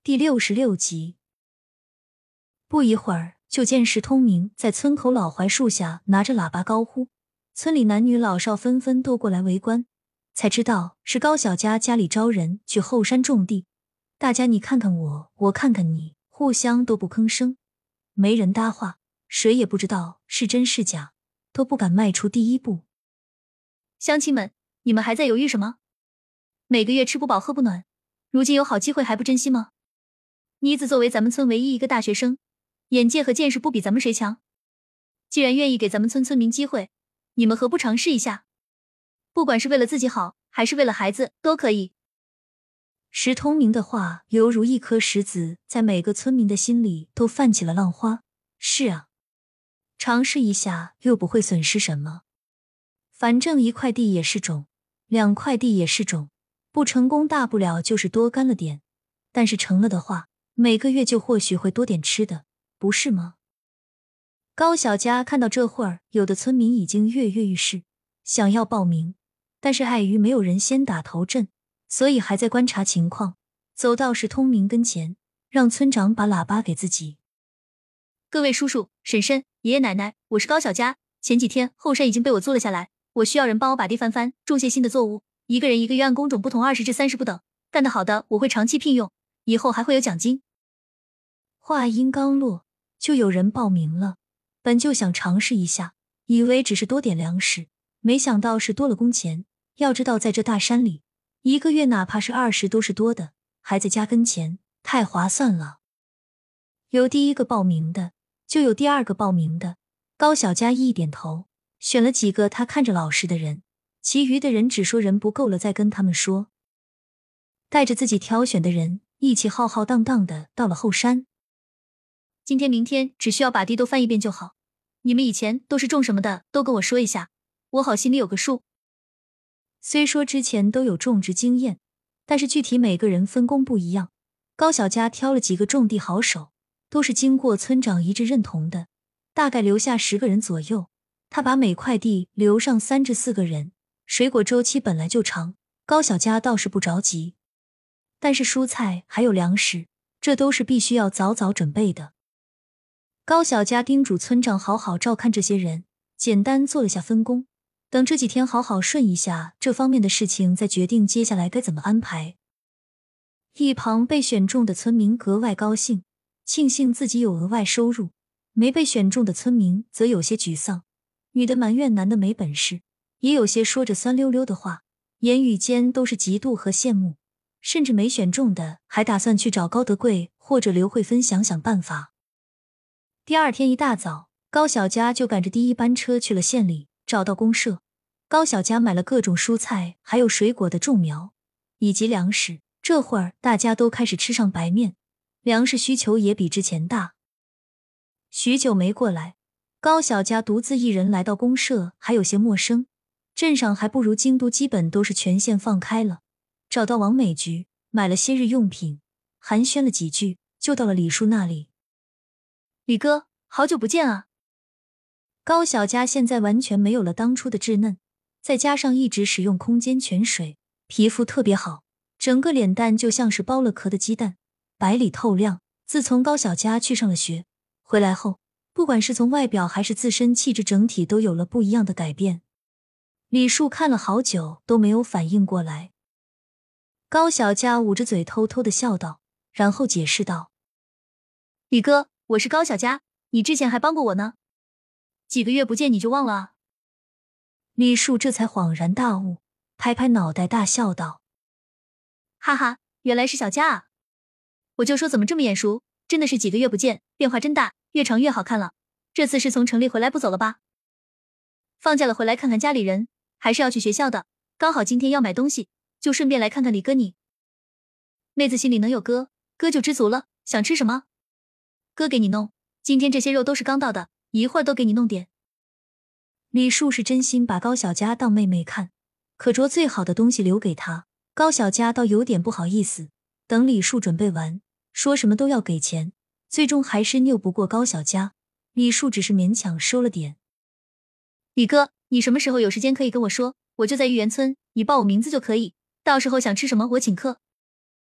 第66集。不一会儿，就见石通明在村口老槐树下拿着喇叭高呼，村里男女老少纷纷都过来围观，才知道是高小家家里招人去后山种地，大家你看看我，我看看你，互相都不吭声，没人搭话，谁也不知道是真是假，都不敢迈出第一步。 乡亲们，你们还在犹豫什么？每个月吃不饱喝不暖，如今有好机会还不珍惜吗？妮子作为咱们村唯一一个大学生，眼界和见识不比咱们谁强。既然愿意给咱们村村民机会，你们何不尝试一下？不管是为了自己好，还是为了孩子，都可以。 石通明的话犹如一颗石子，在每个村民的心里都泛起了浪花。是啊，尝试一下又不会损失什么，反正1块地也是种，2块地也是种，不成功大不了就是多干了点，但是成了的话，每个月就或许会多点吃的，不是吗？高小家看到这会儿，有的村民已经跃跃欲试，想要报名，但是碍于没有人先打头阵，所以还在观察情况，走到石通明跟前，让村长把喇叭给自己。 各位叔叔、婶婶、爷爷奶奶，我是高小家，前几天后山已经被我租了下来，我需要人帮我把地翻翻，种些新的作物，一个人一个月按工种不同20至30不等，干得好的我会长期聘用，以后还会有奖金。 话音刚落，就有人报名了。本就想尝试一下，以为只是多点粮食，没想到是多了工钱。要知道在这大山里，一个月哪怕是20都是多的，还在家跟前，太划算了。有第一个报名的，就有第二个报名的。高小家一点头，选了几个他看着老实的人，其余的人只说人不够了再跟他们说。带着自己挑选的人，一起浩浩荡荡的到了后山。 今天明天只需要把地都翻一遍就好，你们以前都是种什么的都跟我说一下，我好心里有个数。 虽说之前都有种植经验，但是具体每个人分工不一样，高小家挑了几个种地好手，都是经过村长一致认同的，大概留下10个人左右，他把每块地留上3至4个人。水果周期本来就长，高小家倒是不着急，但是蔬菜还有粮食，这都是必须要早早准备的。高小家叮嘱村长好好照看这些人，简单做了下分工，等这几天好好顺一下这方面的事情，再决定接下来该怎么安排。一旁被选中的村民格外高兴，庆幸自己有额外收入，没被选中的村民则有些沮丧，女的埋怨男的没本事，也有些说着酸溜溜的话，言语间都是嫉妒和羡慕，甚至没选中的还打算去找高德贵或者刘慧芬想想办法。第二天一大早，高小家就赶着第一班车去了县里，找到公社。高小家买了各种蔬菜还有水果的种苗以及粮食，这会儿大家都开始吃上白面，粮食需求也比之前大。许久没过来，高小家独自一人来到公社还有些陌生，镇上还不如京都，基本都是全县放开了。找到王美菊，买了些日用品，寒暄了几句，就到了李叔那里。 李哥，好久不见啊！ 高小家现在完全没有了当初的稚嫩，再加上一直使用空间泉水，皮肤特别好，整个脸蛋就像是剥了壳的鸡蛋，白里透亮。自从高小家去上了学，回来后，不管是从外表还是自身气质，整体都有了不一样的改变。李树看了好久都没有反应过来。高小家捂着嘴偷偷的笑道，然后解释道： 李哥，我是高小家，你之前还帮过我呢，几个月不见你就忘了啊？ 李树这才恍然大悟，拍拍脑袋大笑道： 哈哈，原来是小家啊！我就说怎么这么眼熟，真的是几个月不见，变化真大，越长越好看了。这次是从城里回来不走了吧？放假了回来看看家里人，还是要去学校的，刚好今天要买东西，就顺便来看看李哥你。妹子心里能有哥，哥就知足了，想吃什么？哥给你弄，今天这些肉都是刚到的，一会儿都给你弄点。 李树是真心把高小家当妹妹看，可着最好的东西留给她，高小家倒有点不好意思。等李树准备完，说什么都要给钱，最终还是拗不过高小家，李树只是勉强收了点。 李哥，你什么时候有时间可以跟我说，我就在玉园村，你报我名字就可以，到时候想吃什么我请客。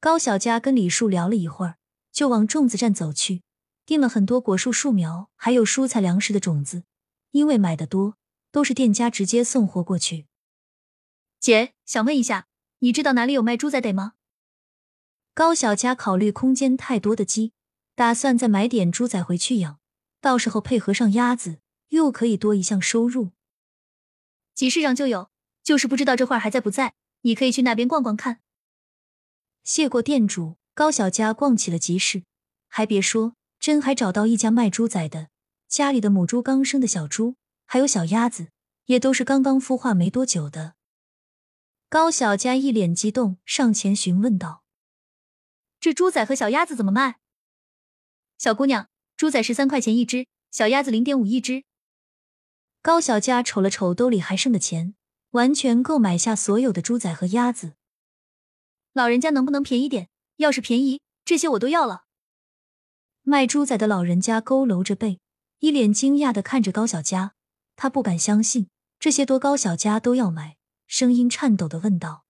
高小佳跟李树聊了一会儿，就往种子站走去，订了很多果树树苗，还有蔬菜粮食的种子，因为买的多，都是店家直接送货过去。 姐，想问一下，你知道哪里有卖猪仔得吗？ 高小佳考虑空间太多的鸡，打算再买点猪仔回去养，到时候配合上鸭子，又可以多一项收入。 集市上就有，就是不知道这会儿还在不在，你可以去那边逛逛看。 谢过店主，高小佳逛起了集市，还别说，真还找到一家卖猪仔的，家里的母猪刚生的小猪，还有小鸭子，也都是刚刚孵化没多久的。高小佳一脸激动，上前询问道：“ 这猪仔和小鸭子怎么卖？”小姑娘，猪仔13块钱一只，小鸭子0.5一只。 高小佳瞅了瞅兜里还剩的钱，完全够买下所有的猪仔和鸭子。 老人家能不能便宜点？要是便宜，这些我都要了。 卖猪仔的老人家佝偻着背，一脸惊讶地看着高小佳，他不敢相信这些多高小佳都要买，声音颤抖地问道：“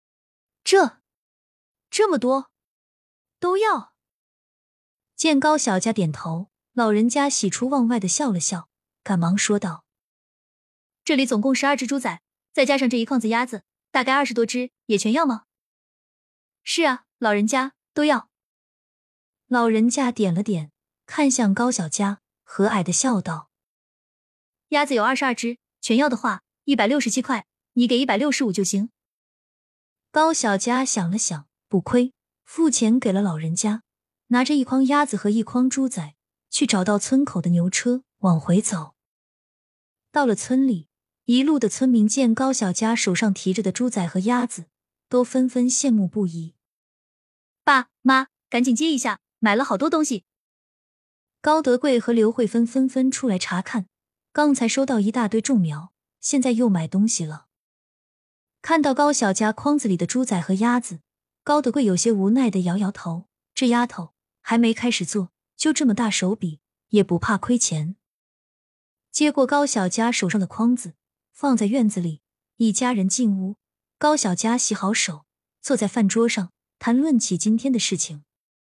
这么多都要？” 见高小佳点头，老人家喜出望外地笑了笑，赶忙说道：“ 这里总共12只猪仔，再加上这一筐子鸭子，大概20多只，也全要吗？”“是啊，老人家，都要。” 老人家点了点，看向高小佳，和蔼地笑道：“ 鸭子有22只，全要的话167块，你给165就行。” 高小佳想了想，不亏，付钱给了老人家，拿着一筐鸭子和一筐猪仔，去找到村口的牛车，往回走。到了村里，一路的村民见高小佳手上提着的猪仔和鸭子，都纷纷羡慕不已。 “爸妈，赶紧接一下，买了好多东西。” 高德贵和刘慧芬纷纷出来查看，刚才收到一大堆种苗，现在又买东西了。看到高小佳筐子里的猪仔和鸭子，高德贵有些无奈地摇摇头，这丫头还没开始做，就这么大手笔，也不怕亏钱。接过高小佳手上的筐子，放在院子里，一家人进屋，高小佳洗好手，坐在饭桌上谈论起今天的事情。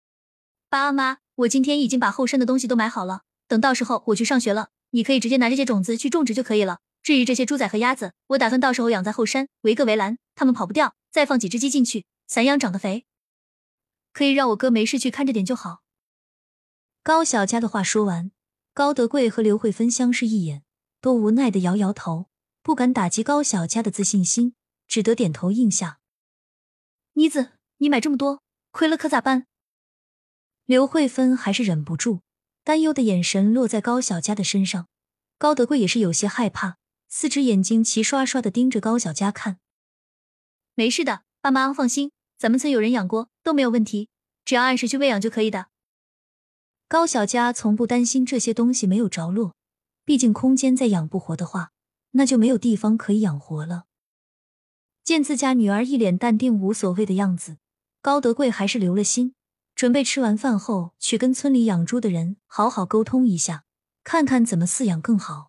“爸妈，我今天已经把后山的东西都买好了，等到时候我去上学了，你可以直接拿这些种子去种植就可以了。至于这些猪仔和鸭子，我打算到时候养在后山，围个围栏，它们跑不掉，再放几只鸡进去，散养长得肥，可以让我哥没事去看着点就好。” 高小佳的话说完，高德贵和刘慧芬相视一眼，都无奈地摇摇头，不敢打击高小佳的自信心，只得点头应下。 “妮子，你买这么多，亏了可咋办？” 刘慧芬还是忍不住，担忧的眼神落在高小佳的身上。高德贵也是有些害怕，4只眼睛齐刷刷地盯着高小佳看。 “没事的，爸妈放心，咱们村有人养过，都没有问题，只要按时去喂养就可以的。” 高小佳从不担心这些东西没有着落，毕竟空间再养不活的话，那就没有地方可以养活了。见自家女儿一脸淡定无所谓的样子，高德贵还是留了心，准备吃完饭后去跟村里养猪的人好好沟通一下，看看怎么饲养更好。